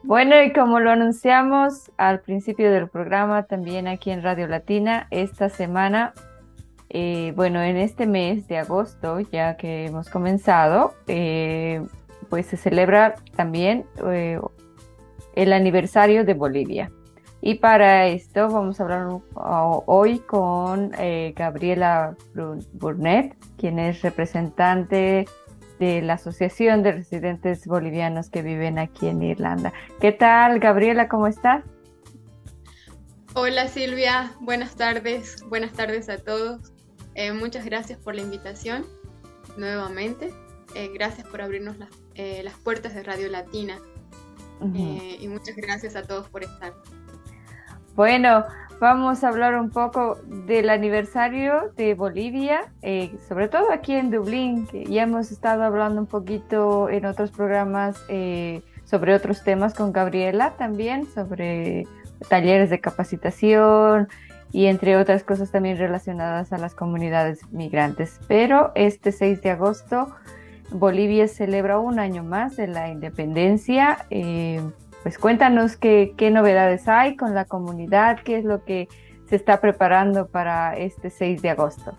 Bueno, y como lo anunciamos al principio del programa, también aquí en Radio Latina, esta semana, bueno, en este mes de agosto, ya que hemos comenzado, pues se celebra también el aniversario de Bolivia. Y para esto vamos a hablar hoy con Gabriela Burnett, quien es representante de la Asociación de Residentes Bolivianos que viven aquí en Irlanda. ¿Qué tal, Gabriela? ¿Cómo estás? Hola Silvia, buenas tardes a todos. Muchas gracias por la invitación nuevamente. Gracias por abrirnos las puertas de Radio Latina Ujú. y muchas gracias a todos por estar. Bueno, vamos a hablar un poco del aniversario de Bolivia, sobre todo aquí en Dublín, que ya hemos estado hablando un poquito en otros programas sobre otros temas con Gabriela también, sobre talleres de capacitación y entre otras cosas también relacionadas a las comunidades migrantes. Pero este 6 de agosto Bolivia celebra un año más de la independencia. Pues cuéntanos qué novedades hay con la comunidad, qué es lo que se está preparando para este 6 de agosto.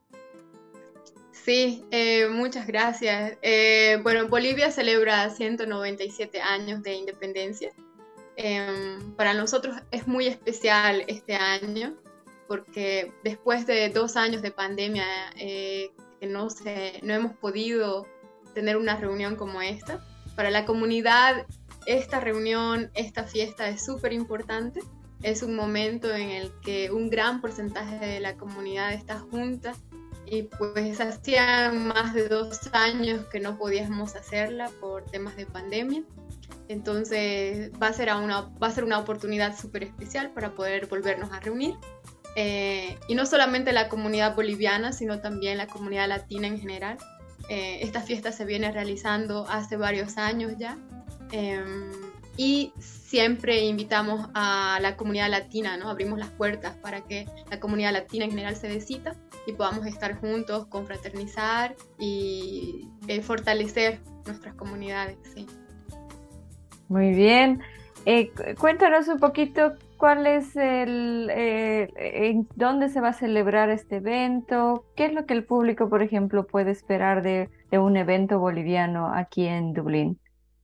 Sí, muchas gracias. Bueno, Bolivia celebra 197 años de independencia. Para nosotros es muy especial este año porque después de 2 años de pandemia que no hemos podido tener una reunión como esta. Para la comunidad, esta reunión, esta fiesta es súper importante. Es un momento en el que un gran porcentaje de la comunidad está junta y pues hacían más de 2 años que no podíamos hacerla por temas de pandemia. Entonces va a ser una oportunidad súper especial para poder volvernos a reunir. Y no solamente la comunidad boliviana, sino también la comunidad latina en general. Esta fiesta se viene realizando hace varios años ya. Eh, y siempre invitamos a la comunidad latina, ¿no? Abrimos las puertas para que la comunidad latina en general se dé cita y podamos estar juntos, confraternizar y fortalecer nuestras comunidades, sí. Muy bien. Cuéntanos un poquito cuál es en dónde se va a celebrar este evento, qué es lo que el público, por ejemplo, puede esperar de un evento boliviano aquí en Dublín.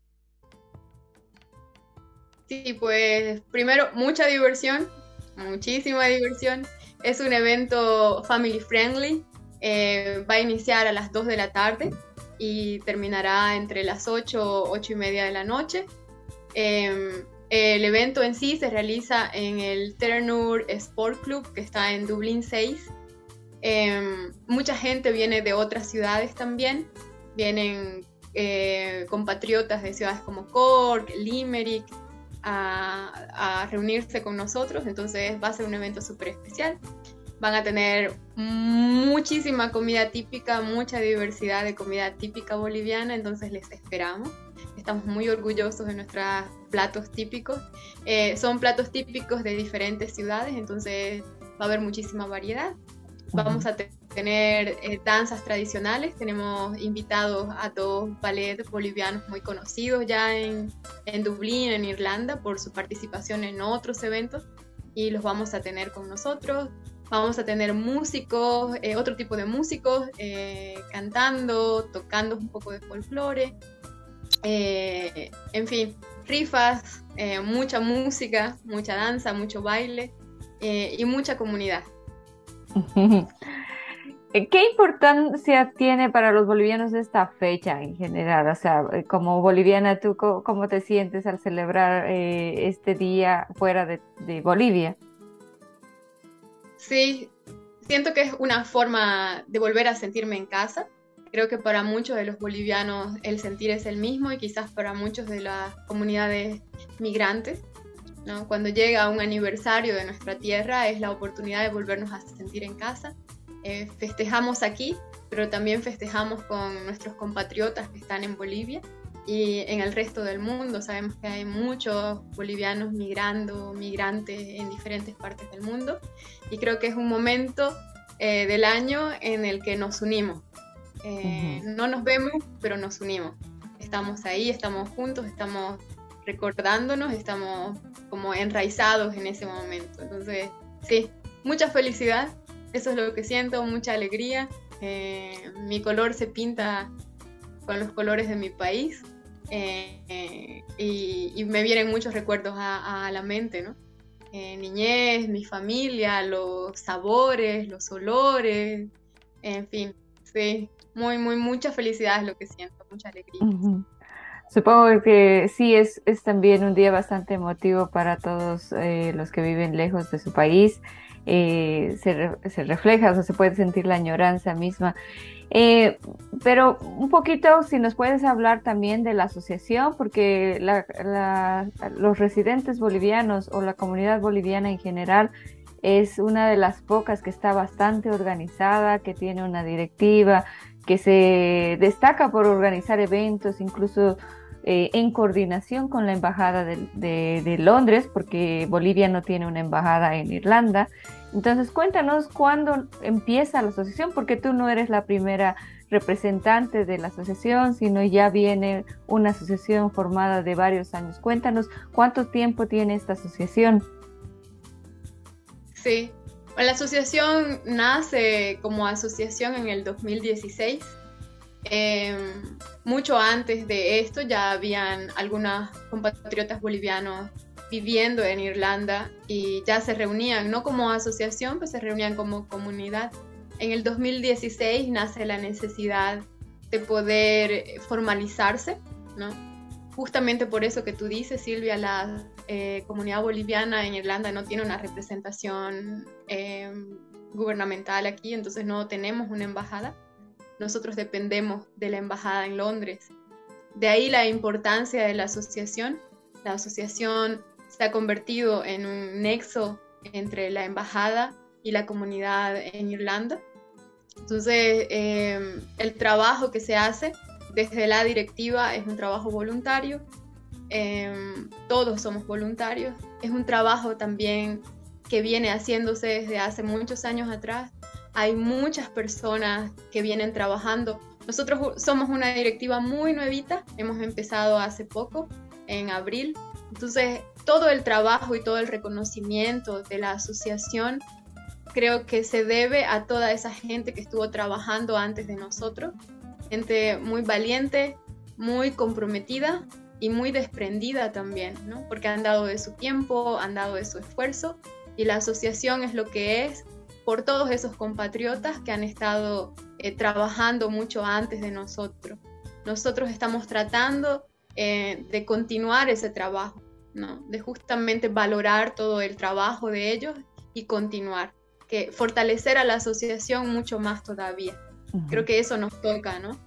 Sí, pues primero, mucha diversión, muchísima diversión. Es un evento family friendly. Va a iniciar a las 2 de la tarde y terminará entre las 8 y media de la noche. El evento en sí se realiza en el Terenure Sport Club, que está en Dublín 6. Mucha gente viene de otras ciudades también. Vienen compatriotas de ciudades como Cork, Limerick, a reunirse con nosotros, entonces va a ser un evento súper especial. Van a tener muchísima comida típica, mucha diversidad de comida típica boliviana, entonces les esperamos. Estamos muy orgullosos de nuestros platos típicos. Son platos típicos de diferentes ciudades, entonces va a haber muchísima variedad. Vamos a tener danzas tradicionales. Tenemos invitados a dos ballets bolivianos muy conocidos ya en Dublín, en Irlanda, por su participación en otros eventos y los vamos a tener con nosotros. Vamos a tener músicos, otro tipo de músicos, cantando, tocando un poco de folclore. En fin, rifas, mucha música, mucha danza, mucho baile y mucha comunidad. ¿Qué importancia tiene para los bolivianos esta fecha en general? O sea, como boliviana, ¿tú cómo te sientes al celebrar este día fuera de Bolivia? Sí, siento que es una forma de volver a sentirme en casa. Creo que para muchos de los bolivianos el sentir es el mismo y quizás para muchos de las comunidades migrantes, ¿no? Cuando llega un aniversario de nuestra tierra es la oportunidad de volvernos a sentir en casa. Festejamos aquí, pero también festejamos con nuestros compatriotas que están en Bolivia y en el resto del mundo. Sabemos que hay muchos bolivianos migrantes en diferentes partes del mundo y creo que es un momento del año en el que nos unimos. Ujú. No nos vemos, pero nos unimos. Estamos ahí, estamos juntos, estamos recordándonos, estamos como enraizados en ese momento. Entonces, sí, mucha felicidad, eso es lo que siento, mucha alegría. Mi color se pinta con los colores de mi país, y me vienen muchos recuerdos a la mente, ¿no? Niñez, mi familia, los sabores, los olores, en fin, sí, mucha felicidad es lo que siento, mucha alegría. Ujú. Supongo que sí, es también un día bastante emotivo para todos los que viven lejos de su país. Se refleja, o sea, se puede sentir la añoranza misma. Eh, pero un poquito, si nos puedes hablar también de la asociación, porque los residentes bolivianos o la comunidad boliviana en general es una de las pocas que está bastante organizada, que tiene una directiva, que se destaca por organizar eventos, incluso en coordinación con la Embajada de Londres, porque Bolivia no tiene una embajada en Irlanda. Entonces, cuéntanos cuándo empieza la asociación, porque tú no eres la primera representante de la asociación, sino ya viene una asociación formada de varios años. Cuéntanos cuánto tiempo tiene esta asociación. Sí, bueno, la asociación nace como asociación en el 2016. Mucho antes de esto ya habían algunos compatriotas bolivianos viviendo en Irlanda y ya se reunían, no como asociación, pues se reunían como comunidad. En el 2016 nace la necesidad de poder formalizarse, ¿no? Justamente por eso que tú dices, Silvia, la comunidad boliviana en Irlanda no tiene una representación gubernamental aquí, entonces no tenemos una embajada. Nosotros dependemos de la embajada en Londres. De ahí la importancia de la asociación. La asociación se ha convertido en un nexo entre la embajada y la comunidad en Irlanda. Entonces, el trabajo que se hace desde la directiva es un trabajo voluntario. Todos somos voluntarios. Es un trabajo también que viene haciéndose desde hace muchos años atrás. Hay muchas personas que vienen trabajando. Nosotros somos una directiva muy nuevita, hemos empezado hace poco, en abril. Entonces, todo el trabajo y todo el reconocimiento de la asociación creo que se debe a toda esa gente que estuvo trabajando antes de nosotros. Gente muy valiente, muy comprometida y muy desprendida también, ¿no? Porque han dado de su tiempo, han dado de su esfuerzo, y la asociación es lo que es por todos esos compatriotas que han estado trabajando mucho antes de nosotros. Nosotros estamos tratando de continuar ese trabajo, ¿no? De justamente valorar todo el trabajo de ellos y continuar, que fortalecer a la asociación mucho más todavía. Uh-huh. Creo que eso nos toca, ¿no?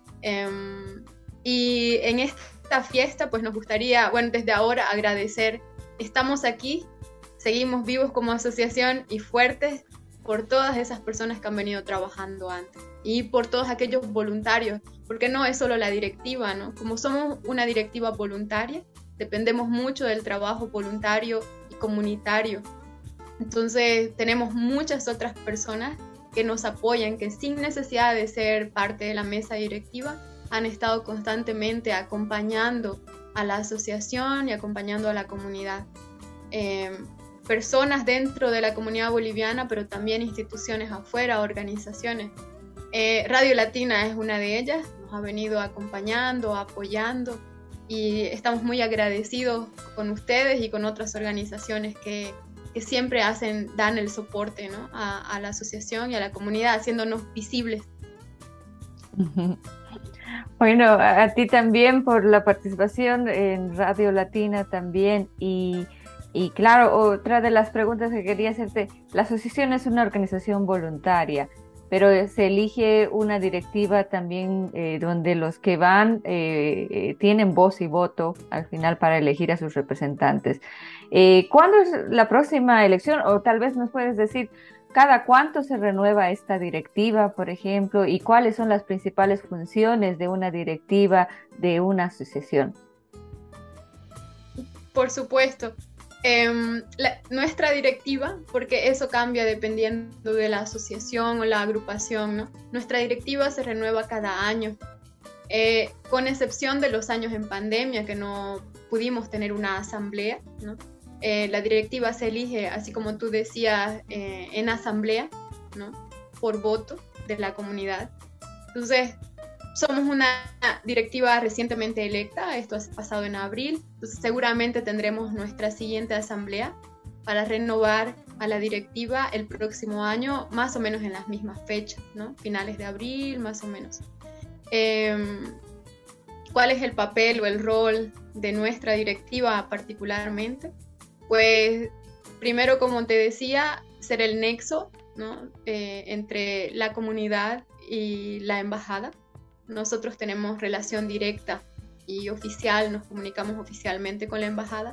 Y en esta fiesta, pues nos gustaría, bueno, desde ahora agradecer. Estamos aquí, seguimos vivos como asociación y fuertes por todas esas personas que han venido trabajando antes y por todos aquellos voluntarios, porque no es solo la directiva, ¿no? Como somos una directiva voluntaria, dependemos mucho del trabajo voluntario y comunitario. Entonces tenemos muchas otras personas que nos apoyan, que sin necesidad de ser parte de la mesa directiva, han estado constantemente acompañando a la asociación y acompañando a la comunidad. Personas dentro de la comunidad boliviana, pero también instituciones afuera, organizaciones. Radio Latina es una de ellas, nos ha venido acompañando, apoyando, y estamos muy agradecidos con ustedes y con otras organizaciones que siempre dan el soporte, ¿no? a la asociación y a la comunidad, haciéndonos visibles. Bueno, a ti también por la participación en Radio Latina también. Y claro, otra de las preguntas que quería hacerte, la asociación es una organización voluntaria, pero se elige una directiva también donde los que van tienen voz y voto al final para elegir a sus representantes. ¿Cuándo es la próxima elección? O tal vez nos puedes decir, ¿cada cuánto se renueva esta directiva, por ejemplo? ¿Y cuáles son las principales funciones de una directiva de una asociación? Por supuesto. Nuestra directiva, porque eso cambia dependiendo de la asociación o la agrupación, ¿no? Nuestra directiva se renueva cada año. con excepción de los años en pandemia que no pudimos tener una asamblea, ¿no? La directiva se elige, así como tú decías, en asamblea, ¿no? Por voto de la comunidad. Entonces, somos una directiva recientemente electa, esto ha pasado en abril, entonces seguramente tendremos nuestra siguiente asamblea para renovar a la directiva el próximo año, más o menos en las mismas fechas, ¿no? Finales de abril, más o menos. ¿Cuál es el papel o el rol de nuestra directiva particularmente? Pues primero, como te decía, ser el nexo, ¿no? Entre la comunidad y la embajada. Nosotros tenemos relación directa y oficial, nos comunicamos oficialmente con la embajada.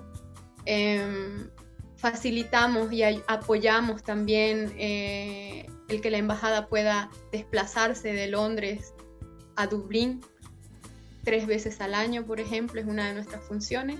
Facilitamos y apoyamos también el que la embajada pueda desplazarse de Londres a Dublín 3 veces al año, por ejemplo, es una de nuestras funciones.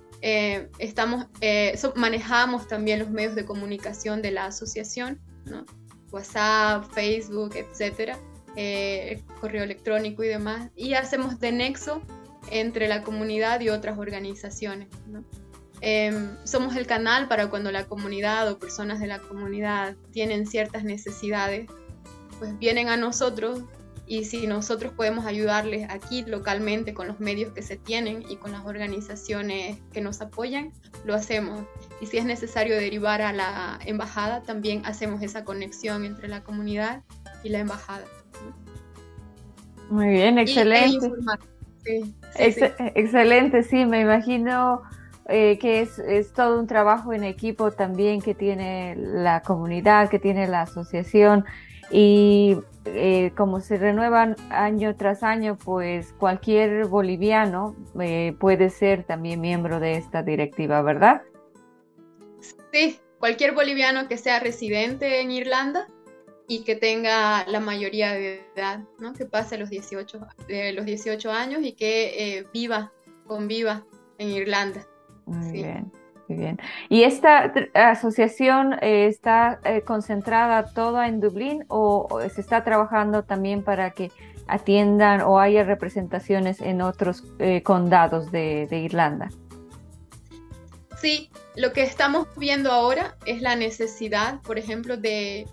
Manejamos también los medios de comunicación de la asociación, ¿no? WhatsApp, Facebook, etcétera, correo electrónico y demás, y hacemos de nexo entre la comunidad y otras organizaciones, ¿no? Somos el canal para cuando la comunidad o personas de la comunidad tienen ciertas necesidades, pues vienen a nosotros, y si nosotros podemos ayudarles aquí localmente con los medios que se tienen y con las organizaciones que nos apoyan, lo hacemos. Y si es necesario derivar a la embajada, también hacemos esa conexión entre la comunidad y la embajada. Muy bien, excelente. Sí. Excelente, sí, me imagino que es todo un trabajo en equipo también que tiene la comunidad, que tiene la asociación, y como se renuevan año tras año, pues cualquier boliviano puede ser también miembro de esta directiva, ¿verdad? Sí, cualquier boliviano que sea residente en Irlanda y que tenga la mayoría de edad, ¿no? Que pase los 18 años y que conviva en Irlanda. Muy bien, muy bien. ¿Y esta asociación está concentrada toda en Dublín o se está trabajando también para que atiendan o haya representaciones en otros condados de Irlanda? Sí, lo que estamos viendo ahora es la necesidad, por ejemplo, de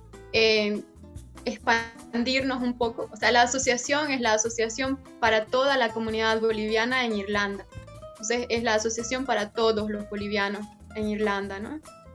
expandirnos un poco. O sea, la asociación es la asociación para toda la comunidad boliviana en Irlanda. Entonces, es la asociación para todos los bolivianos en Irlanda, ¿no?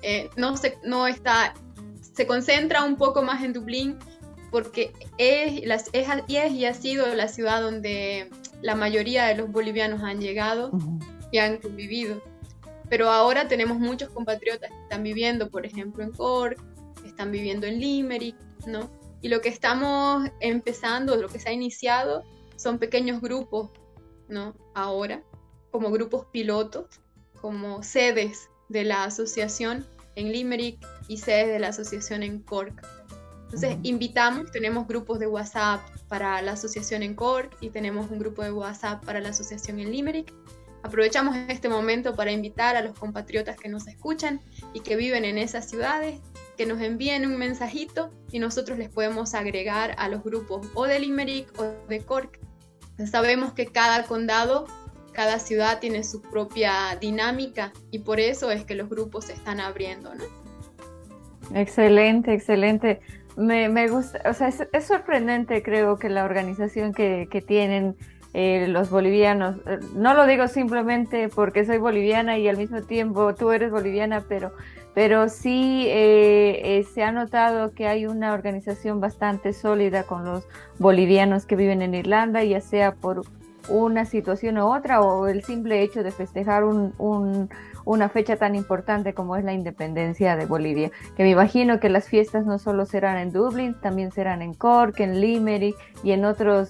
Se concentra un poco más en Dublín porque y ha sido la ciudad donde la mayoría de los bolivianos han llegado y han convivido. Pero ahora tenemos muchos compatriotas que están viviendo, por ejemplo, en Cork, que están viviendo en Limerick, ¿no? Y lo que estamos empezando, lo que se ha iniciado, son pequeños grupos, ¿no? Ahora, como grupos pilotos, como sedes de la asociación en Limerick y sedes de la asociación en Cork. Entonces, tenemos grupos de WhatsApp para la asociación en Cork y tenemos un grupo de WhatsApp para la asociación en Limerick. Aprovechamos este momento para invitar a los compatriotas que nos escuchan y que viven en esas ciudades, que nos envíen un mensajito y nosotros les podemos agregar a los grupos o de Limerick o de Cork. Sabemos que cada condado, cada ciudad tiene su propia dinámica y por eso es que los grupos se están abriendo, ¿no? Excelente, excelente. Me gusta, o sea, es sorprendente, creo, que la organización que tienen los bolivianos, no lo digo simplemente porque soy boliviana y al mismo tiempo tú eres boliviana, pero sí se ha notado que hay una organización bastante sólida con los bolivianos que viven en Irlanda, ya sea por una situación u otra o el simple hecho de festejar una fecha tan importante como es la independencia de Bolivia, que me imagino que las fiestas no solo serán en Dublín, también serán en Cork, en Limerick y en otros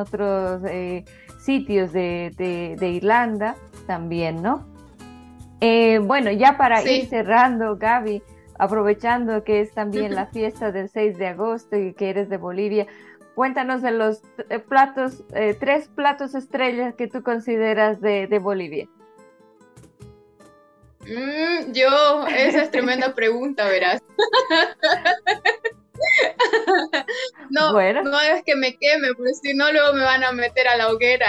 sitios de Irlanda también, ¿no? Bueno, ya para ir cerrando, Gaby, aprovechando que es también la fiesta del 6 de agosto y que eres de Bolivia, cuéntanos de los tres platos estrellas que tú consideras de Bolivia. Esa es tremenda pregunta, verás. No, Bueno. no es que me queme, porque si no luego me van a meter a la hoguera.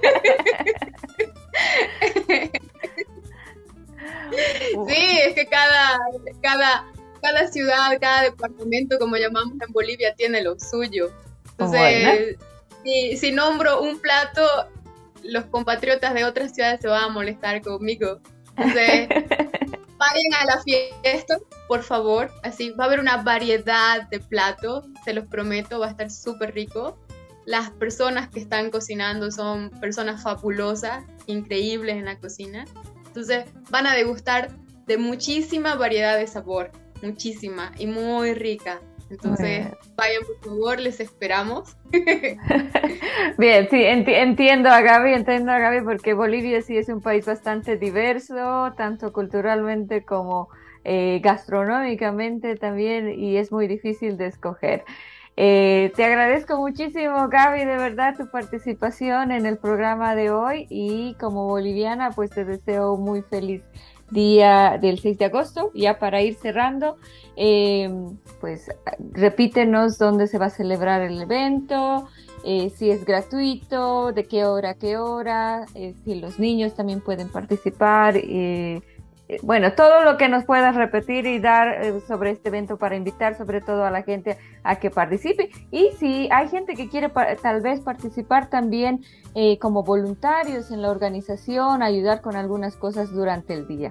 Sí, es que cada ciudad, cada departamento, como llamamos en Bolivia, tiene lo suyo. Bueno. Entonces, si nombro un plato, los compatriotas de otras ciudades se van a molestar conmigo. Entonces, vayan a la fiesta, por favor. Así va a haber una variedad de platos, se los prometo, va a estar súper rico. Las personas que están cocinando son personas fabulosas, increíbles en la cocina. Entonces van a degustar de muchísima variedad de sabor, muchísima y muy rica. Entonces vayan por favor, les esperamos. Bien, sí, entiendo a Gaby porque Bolivia sí es un país bastante diverso, tanto culturalmente como gastronómicamente también, y es muy difícil de escoger. Te agradezco muchísimo, Gaby, de verdad tu participación en el programa de hoy, y como boliviana, pues te deseo muy feliz día del 6 de agosto, ya para ir cerrando. Eh, pues repítenos dónde se va a celebrar el evento, si es gratuito, de qué hora a qué hora, si los niños también pueden participar. Bueno, todo lo que nos puedas repetir y dar sobre este evento para invitar sobre todo a la gente a que participe. Y si hay gente que quiere tal vez participar también como voluntarios en la organización, ayudar con algunas cosas durante el día.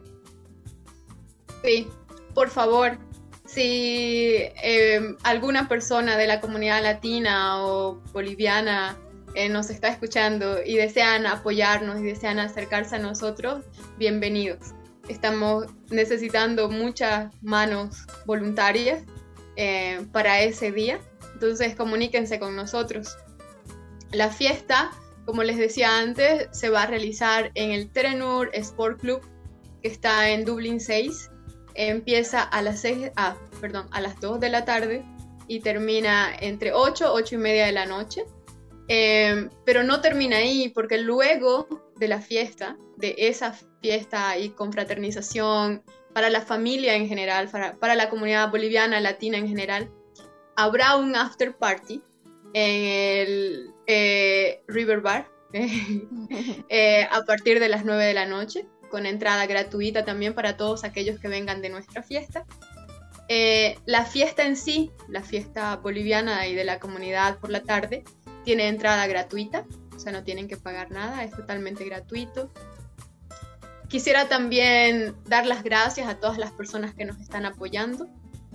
Sí, por favor, si alguna persona de la comunidad latina o boliviana nos está escuchando y desean apoyarnos y desean acercarse a nosotros, bienvenidos. Estamos necesitando muchas manos voluntarias para ese día, entonces comuníquense con nosotros. La fiesta, como les decía antes, se va a realizar en el Terenur Sport Club, que está en Dublín 6. Empieza a las 2 de la tarde y termina entre 8 y media de la noche. Pero no termina ahí, porque luego de la fiesta, de esa fiesta y confraternización para la familia en general, para la comunidad boliviana, latina en general, habrá un after party en el River Bar a partir de las 9 de la noche, con entrada gratuita también para todos aquellos que vengan de nuestra fiesta. La fiesta en sí, la fiesta boliviana y de la comunidad por la tarde, tiene entrada gratuita, o sea, no tienen que pagar nada, es totalmente gratuito. Quisiera también dar las gracias a todas las personas que nos están apoyando,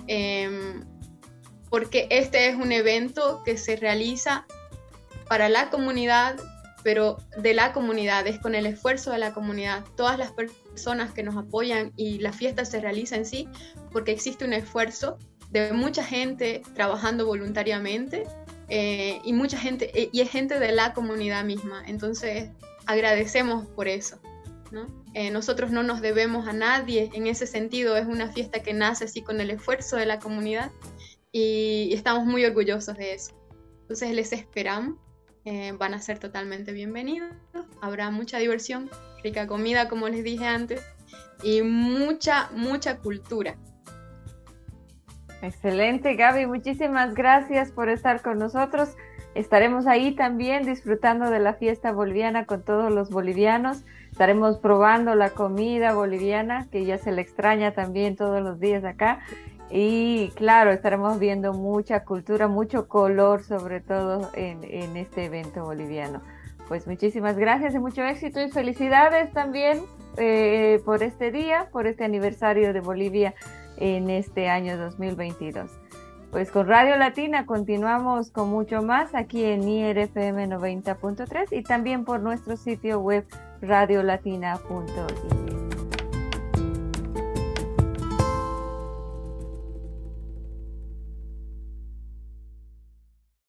porque este es un evento que se realiza para la comunidad, pero de la comunidad, es con el esfuerzo de la comunidad. Todas las personas que nos apoyan, y la fiesta se realiza en sí porque existe un esfuerzo de mucha gente trabajando voluntariamente, y mucha gente, y es gente de la comunidad misma. Entonces agradecemos por eso, ¿no? Nosotros no nos debemos a nadie en ese sentido, es una fiesta que nace así con el esfuerzo de la comunidad y estamos muy orgullosos de eso. Entonces les esperamos, van a ser totalmente bienvenidos, habrá mucha diversión, rica comida como les dije antes, y mucha cultura. Excelente, Gaby, muchísimas gracias por estar con nosotros. Estaremos ahí también disfrutando de la fiesta boliviana con todos los bolivianos. Estaremos probando la comida boliviana, que ya se le extraña también todos los días acá. Y claro, estaremos viendo mucha cultura, mucho color, sobre todo en este evento boliviano. Pues muchísimas gracias y mucho éxito y felicidades también por este día, por este aniversario de Bolivia en este año 2022. Pues con Radio Latina continuamos con mucho más aquí en IRFM 90.3 y también por nuestro sitio web radiolatina.it.